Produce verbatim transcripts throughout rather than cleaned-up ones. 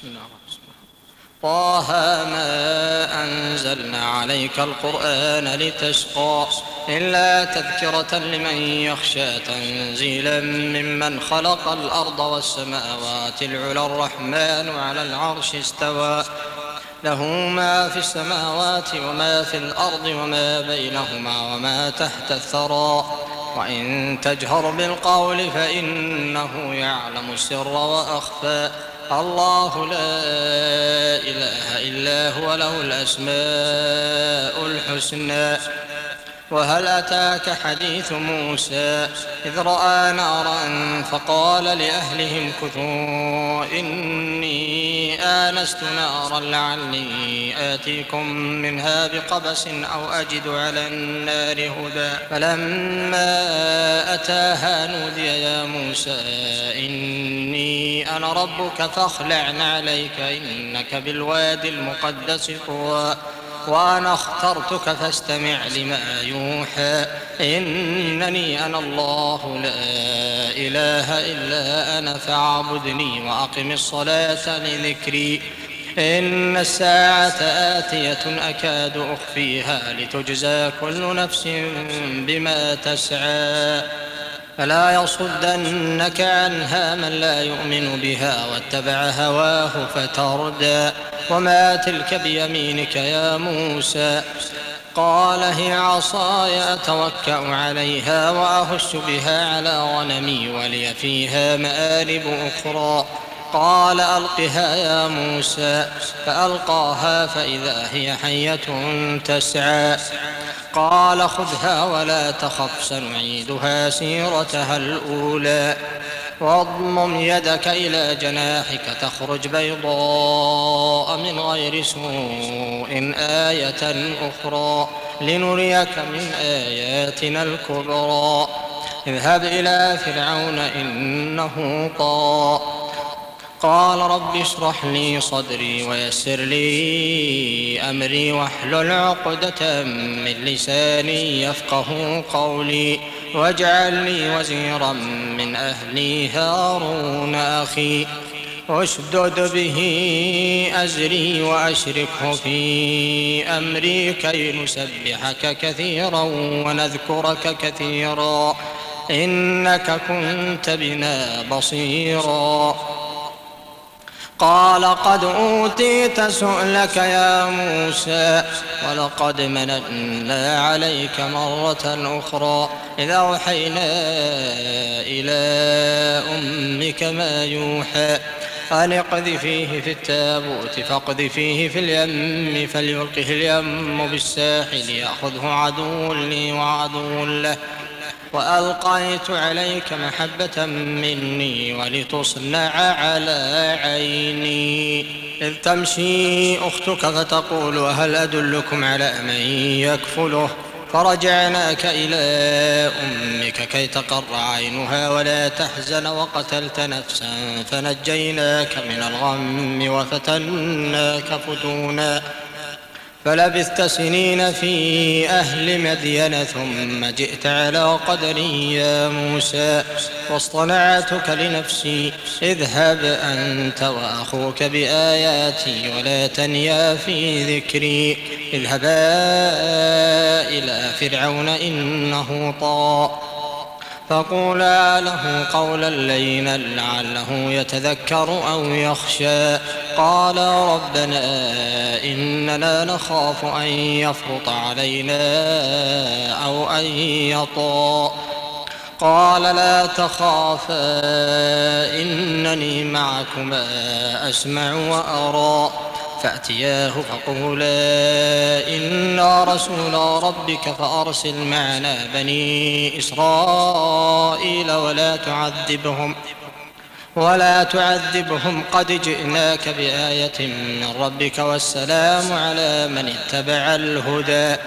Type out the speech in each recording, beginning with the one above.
الله الرحمن الرحيم. طه ما أنزلنا عليك القرآن لتشقى إلا تذكرة لمن يخشى تنزيلا ممن خلق الأرض والسماوات العلى الرحمن على العرش استوى له ما في السماوات وما في الأرض وما بينهما وما تحت الثرى وإن تجهر بالقول فإنه يعلم السر وأخفى الله لا إله إلا هو له الأسماء الحسنى. وهل أتاك حديث موسى إذ رأى نارا فقال لأهلهم كثوا إني آنست نارا لعلي آتيكم منها بقبس أو أجد على النار هدى فلما أتاها نودي يا موسى إني أنا ربك فاخلع نعليك إنك بالوادي المقدس طوى وأنا اخترتك فاستمع لما يوحى إنني أنا الله لا إله إلا أنا فاعبدني وأقم الصلاة لذكري إن الساعة آتية أكاد أخفيها لتجزى كل نفس بما تسعى فلا يصدنك عنها من لا يؤمن بها واتبع هواه فتردى وما تلك بيمينك يا موسى قال هي عصاي أتوكأ عليها وأهش بها على غنمي ولي فيها مآرب أخرى قال ألقها يا موسى فألقاها فإذا هي حية تسعى قال خذها ولا تخف سنعيدها سيرتها الأولى واضمم يدك إلى جناحك تخرج بيضاء من غير سوء آية أخرى لنريك من آياتنا الكبرى اذهب إلى فرعون إنه طغى قال رب اشرح لي صدري ويسر لي أمري واحلل عقدة من لساني يفقه قولي واجعل لي وزيرا من أهلي هارون أخي اشدد به أزري وأشركه في أمري كي نسبحك كثيرا ونذكرك كثيرا إنك كنت بنا بصيرا قال قد أوتيت سؤلك يا موسى ولقد مننا عليك مرة أخرى إذا أوحينا إلى أمك ما يوحى أن اقذفيه في التابوت فاقذفيه في اليم فليلقه اليم بالساحل يأخذه عدو لي وعدو له وألقيت عليك محبة مني ولتصنع على عيني إذ تمشي أختك فتقول هل أدلكم على من يكفله فرجعناك إلى أمك كي تقر عينها ولا تحزن وقتلت نفسا فنجيناك من الغم وفتناك فتونا فلبثت سنين في أهل مدين ثم جئت على قدري يا موسى واصطنعتك لنفسي اذهب أنت وأخوك بآياتي ولا تنيا في ذكري اذهبا إلى فرعون إنه طغى فقولا له قولا لينا لعله يتذكر أو يخشى قال ربنا إننا نخاف أن يفرط علينا أو أن يطغى قال لا تخافا إنني معكما أسمع وأرى فأتياه فقولا إنا رسول ربك فأرسل معنا بني إسرائيل ولا تعذبهم ولا تعذبهم قد جئناك بآية من ربك والسلام على من اتبع الهدى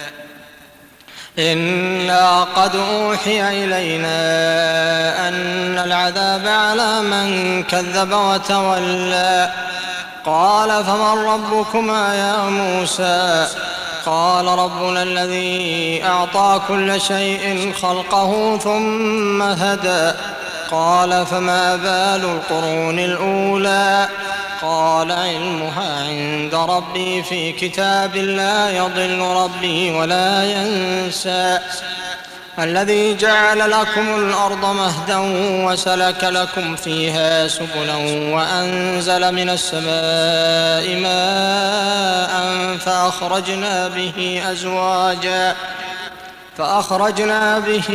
إنا قد أوحي إلينا أن العذاب على من كذب وتولى قال فمن ربكما يا موسى قال ربنا الذي أعطى كل شيء خلقه ثم هدى قال فما بال القرون الأولى قال علمها عند ربي في كتاب لا يضل ربي ولا ينسى الذي جعل لكم الأرض مهدا وسلك لكم فيها سبلا وأنزل من السماء ماء فأخرجنا به أزواجا فأخرجنا به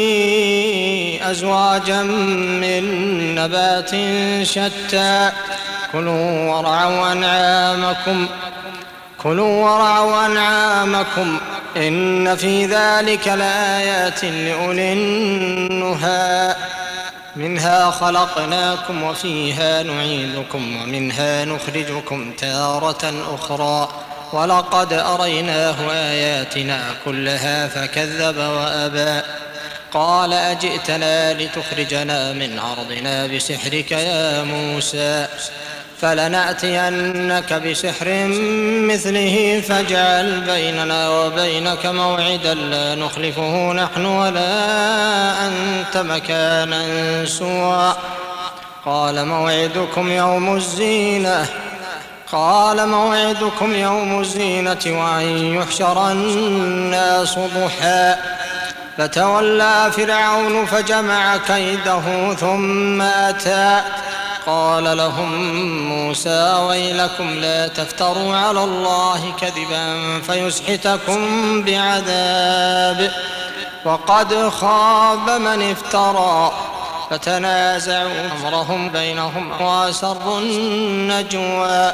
أزواجا من نبات شتى كلوا ورعوا أنعامكم كلوا ورعوا أنعامكم إن في ذلك لآيات لأولي النهى منها خلقناكم وفيها نعيدكم ومنها نخرجكم تارة أخرى ولقد أريناه آياتنا كلها فكذب وأبى قال أجئتنا لتخرجنا من أرضنا بسحرك يا موسى فلنأتينك بسحر مثله فاجعل بيننا وبينك موعدا لا نخلفه نحن ولا أنت مكانا سوى قال موعدكم يوم الزينة قال موعدكم يوم الزينة وأن يحشر الناس ضحى فتولى فرعون فجمع كيده ثم أتى قال لهم موسى ويلكم لا تفتروا على الله كذبا فيسحتكم بعذاب وقد خاب من افترى فتنازعوا أمرهم بينهم وأسروا النجوى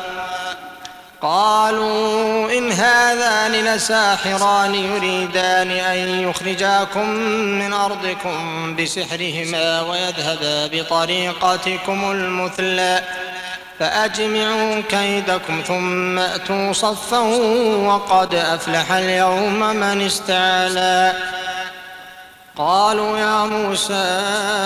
قالوا إن هذان لساحران يريدان أن يخرجاكم من أرضكم بسحرهما ويذهبا بطريقتكم المثلى فأجمعوا كيدكم ثم أتوا صفا وقد أفلح اليوم من استعلى قالوا يا موسى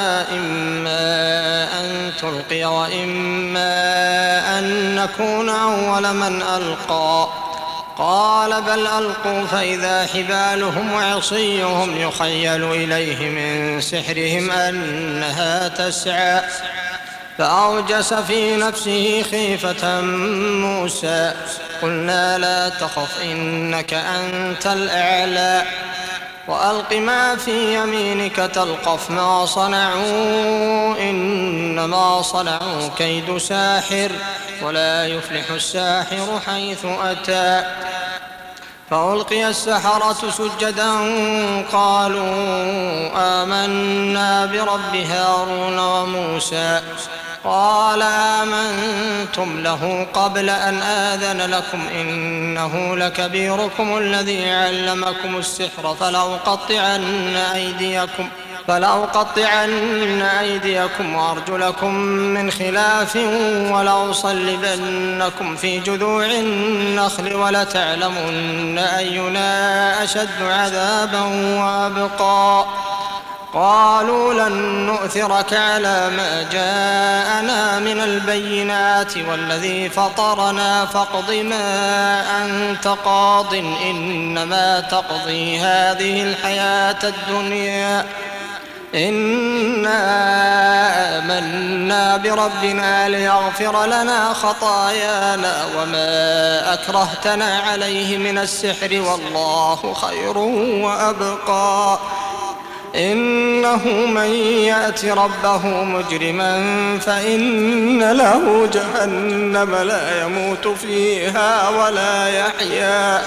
إما أن تلقي وإما أن نكون أول من ألقى قال بل ألقوا فإذا حبالهم وعصيهم يخيل إليه من سحرهم أنها تسعى فأوجس في نفسه خيفة موسى قلنا لا تخف إنك أنت الأعلى وألق ما في يمينك تلقف ما صنعوا إنما صنعوا كيد ساحر ولا يفلح الساحر حيث أتى فألقي السحرة سجدا قالوا آمنا برب هارون وموسى قال آمنتم له قبل أن آذن لكم إنه لكبيركم الذي علمكم السحر فلأقطعن أيديكم فلأقطعن أيديكم وأرجلكم من خلاف ولأصلبنكم في جذوع النخل ولتعلمن أينا أشد عذابا وأبقى قالوا لن نؤثرك على ما جاءنا من البينات والذي فطرنا فاقض ما أنت قاض إنما تقضي هذه الحياة الدنيا إنا آمنا بربنا ليغفر لنا خطايانا وما أكرهتنا عليه من السحر والله خير وأبقى إنه من يأت ربه مجرما فإن له جهنم لا يموت فيها ولا يحيا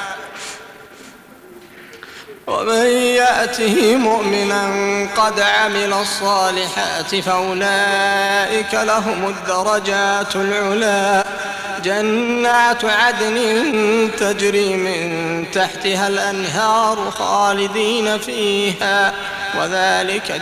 ومن يأته مؤمنا قد عمل الصالحات فأولئك لهم الدرجات العلى جنات عدن تجري من تحتها الأنهار خالدين فيها وذلك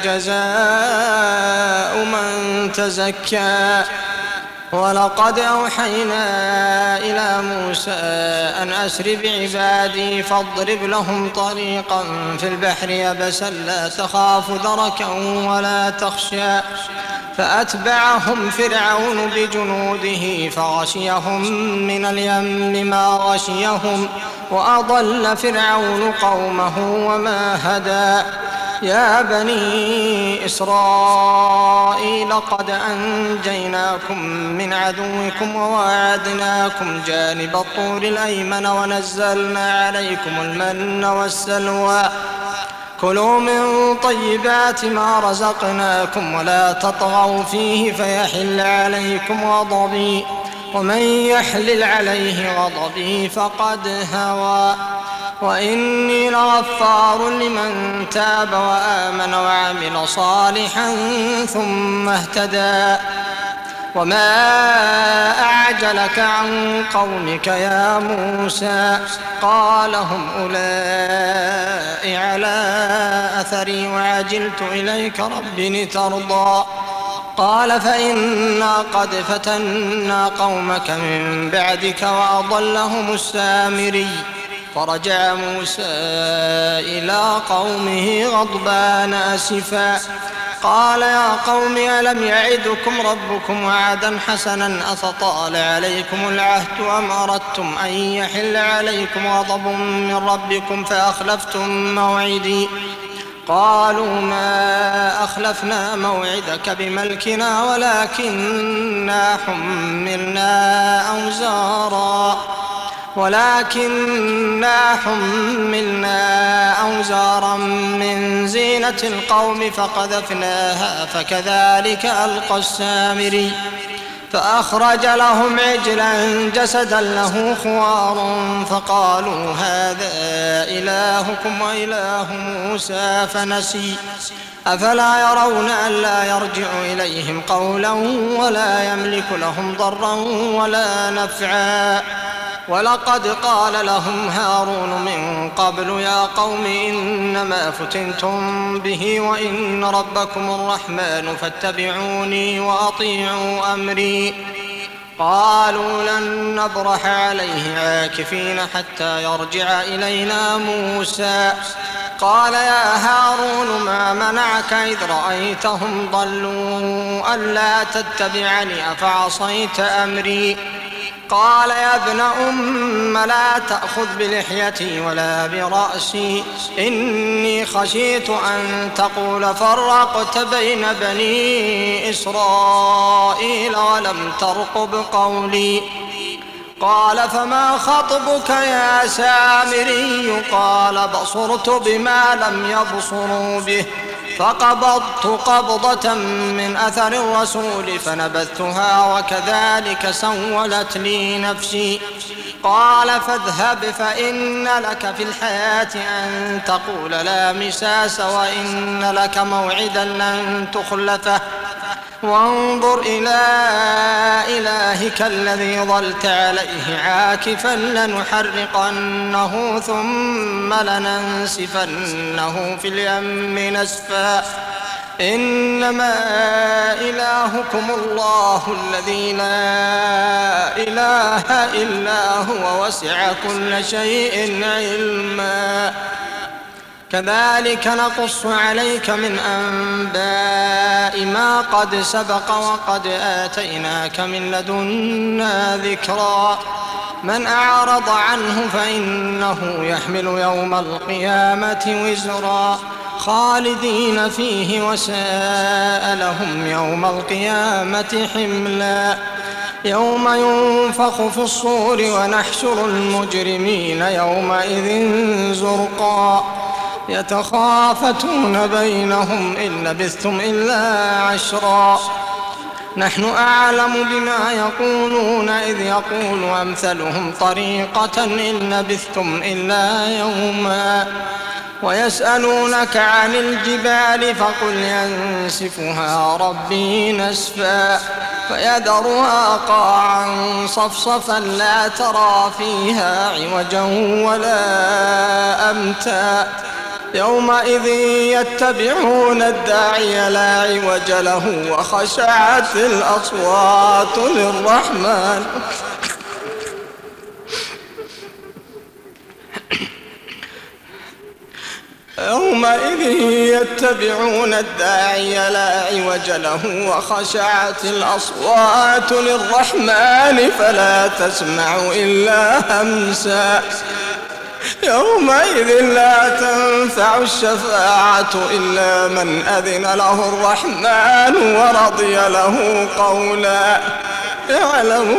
جزاء من تزكى ولقد أوحينا إلى موسى أن أسر بعبادي فاضرب لهم طريقا في البحر يبسا لا تخاف دركا ولا تخشى فأتبعهم فرعون بجنوده فغشيهم من اليم ما غشيهم وأضل فرعون قومه وما هدى يا بني إسرائيل قد أنجيناكم من عدوكم وواعدناكم جانب الطور الأيمن ونزلنا عليكم المن والسلوى كلوا من طيبات ما رزقناكم ولا تطغوا فيه فيحل عليكم غضبي ومن يحلل عليه غضبي فقد هوى وإني لغفار لمن تاب وآمن وعمل صالحا ثم اهتدى وما أعجلك عن قومك يا موسى قال هم أولئك على أثري وعجلت إليك رب لترضى قال فإنا قد فتنا قومك من بعدك وأضلهم السامري فرجع موسى إلى قومه غضبان أسفا قال يا قوم ألم يعدكم ربكم وعدا حسنا أفطال عليكم العهد أم أردتم أن يحل عليكم غضب من ربكم فأخلفتم موعدي قالوا ما أخلفنا موعدك بملكنا ولكننا حملنا أوزارا ولكننا حملنا أوزارا من زينة القوم فقذفناها فكذلك ألقى السامري فأخرج لهم عجلا جسدا له خوار فقالوا هذا إلهكم وإله موسى فنسي أفلا يرون ألا يرجع إليهم قولا ولا يملك لهم ضرا ولا نفعا ولقد قال لهم هارون من قبل يا قوم إنما فتنتم به وإن ربكم الرحمن فاتبعوني وأطيعوا أمري قالوا لن نبرح عليه عاكفين حتى يرجع إلينا موسى قال يا هارون ما منعك إذ رأيتهم ضلوا ألا تتبعني أفعصيت أمري قال يا ابن أم لا تأخذ بلحيتي ولا برأسي إني خشيت أن تقول فرقت بين بني إسرائيل ولم ترقب قولي قال فما خطبك يا سامري قال بصرت بما لم يبصروا به فقبضت قبضة من أثر الرسول فنبذتها وكذلك سولت لي نفسي قال فاذهب فإن لك في الحياة أن تقول لا مساس وإن لك موعدا لن تخلفه وانظر إلى إلهك الذي ظلت عليه عاكفا لنحرقنه ثم لننسفنه في اليم نسفا إنما إلهكم الله الذي لا إله إلا هو وسع كل شيء علما كذلك نقص عليك من أنباء ما قد سبق وقد آتيناك من لدنا ذكرا من أعرض عنه فإنه يحمل يوم القيامة وزرا خالدين فيه وساء لهم يوم القيامة حملا يوم ينفخ في الصور ونحشر المجرمين يومئذ زرقا يتخافتون بينهم إن لبثتم إلا عشرا نحن أعلم بما يقولون إذ يقول أمثلهم طريقة إن لبثتم إلا يوما ويسألونك عن الجبال فقل ينسفها ربي نسفا فيذرها قاعا صفصفا لا ترى فيها عوجا ولا أمتا يومئذ يتبعون الداعي لا عوج له وخشعت الأصوات للرحمن يومئذ يتبعون الداعي لا عوج له وخشعت الأصوات للرحمن فلا تسمع إلا همسا يومئذ لا تنفع الشفاعة إلا من أذن له الرحمن ورضي له قولا. يعلم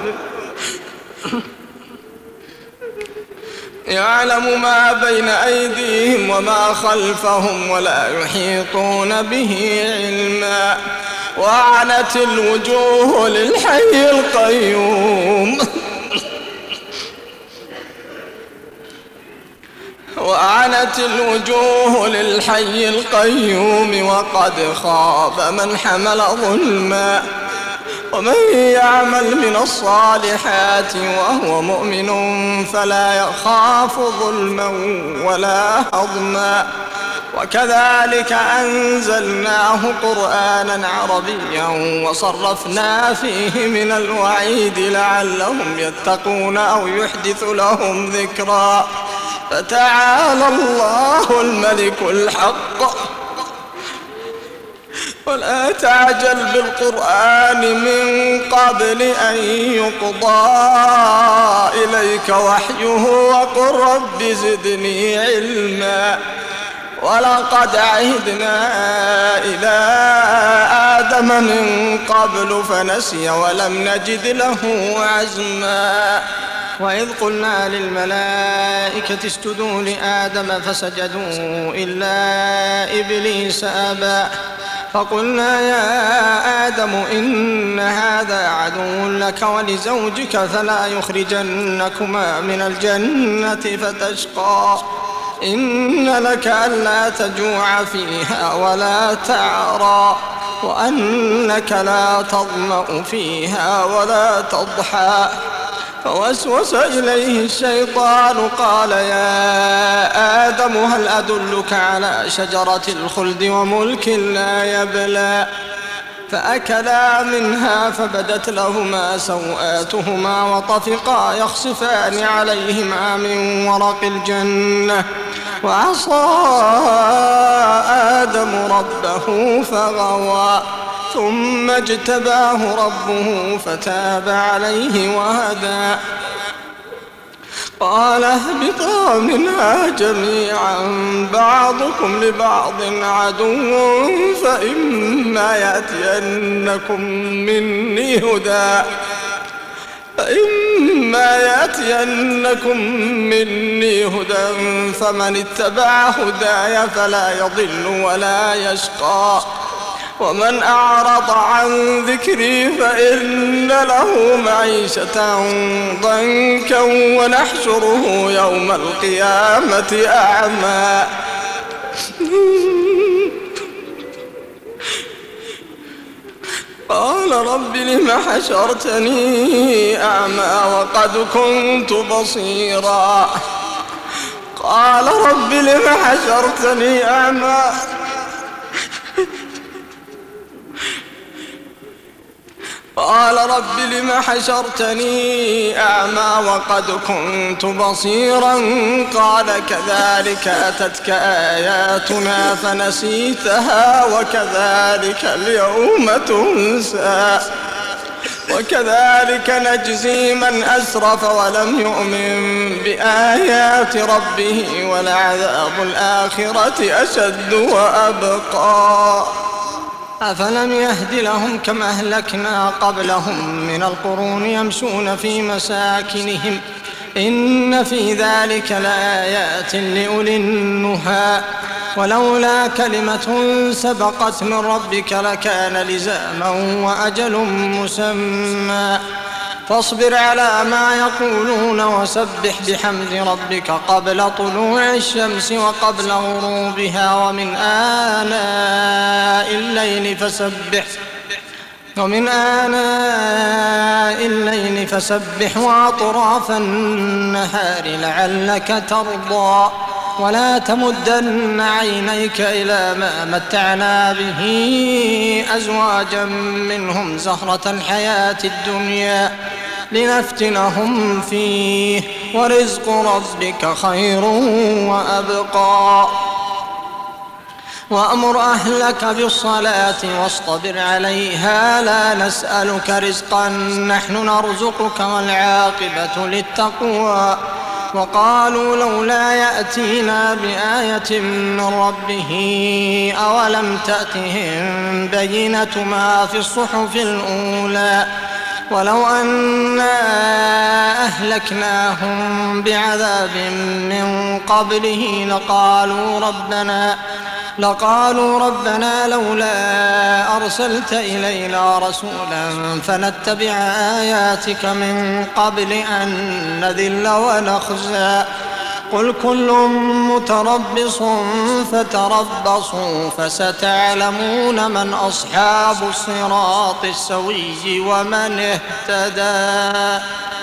يعلم ما بين أيديهم وما خلفهم ولا يحيطون به علما. وعنت الوجوه للحي القيوم وعنت الوجوه للحي القيوم وقد خاب من حمل ظلما. ومن يعمل من الصالحات وهو مؤمن فلا يخاف ظلما ولا هضما. وكذلك أنزلناه قرآنا عربيا وصرفنا فيه من الوعيد لعلهم يتقون أو يحدث لهم ذكرا. فتعالى الله الملك الحق ولا تعجل بالقرآن من قبل أن يقضى إليك وحيه وقل رب زدني علما. ولقد عهدنا إلى آدم من قبل فنسي ولم نجد له عزما. وإذ قلنا للملائكة اسجدوا لآدم فسجدوا إلا إبليس أبى فقلنا يا آدم إن هذا عدو لك ولزوجك فلا يخرجنكما من الجنة فتشقى. إن لك ألا تجوع فيها ولا تعرى وأنك لا تظمأ فيها ولا تضحى. فوسوس إليه الشيطان قال يا آدم هل أدلك على شجرة الخلد وملك لا يبلى. فأكلا منها فبدت لهما سوآتهما وطفقا يخصفان عليهما من ورق الجنة. وعصى آدم ربه فغوى ثم اجتباه ربه فتاب عليه وهدى. قال اهبطا منها جميعا بعضكم لبعض عدو فإما يأتينكم مني هدى فإما يأتينكم مني هدى فمن اتبع هداي فلا يضل ولا يشقى. ومن أعرض عن ذكري فإن له معيشة ضنكا ونحشره يوم القيامة أعمى. قال رب لم حشرتني أعمى وقد كنت بصيرا. قال رب لم حشرتني أعمى قال رب لم حشرتني أعمى وقد كنت بصيرا. قال كذلك أتتك آياتنا فنسيتها وكذلك اليوم تنسى. وكذلك نجزي من أسرف ولم يؤمن بآيات ربه ولعذاب الآخرة أشد وأبقى. أفلم يهد لهم كما أهلكنا قبلهم من القرون يمشون في مساكنهم إن في ذلك لآيات لأولي النهى. ولولا كلمة سبقت من ربك لكان لزاما وأجل مسمى. فاصبر على ما يقولون وسبح بحمد ربك قبل طلوع الشمس وقبل غروبها ومن آناء الليل فسبح ومن آناء الليل فسبح وأطراف النهار لعلك ترضى. ولا تمدن عينيك إلى ما متعنا به أزواجا منهم زهرة الحياة الدنيا لنفتنهم فيه ورزق ربك خير وأبقى. وأمر أهلك بالصلاة واصطبر عليها لا نسألك رزقا نحن نرزقك والعاقبة للتقوى. وقالوا لولا يأتينا بآية من ربه أولم تأتهم بينة ما في الصحف الأولى ولو أنا أهلكناهم بعذاب من قبله لقالوا ربنا لقالوا ربنا لولا أرسلت إلينا رسولا فنتبع آياتك من قبل أن نذل ونخزى قل كل متربص فتربصوا فستعلمون من أصحاب الصراط السوي ومن اهتدى.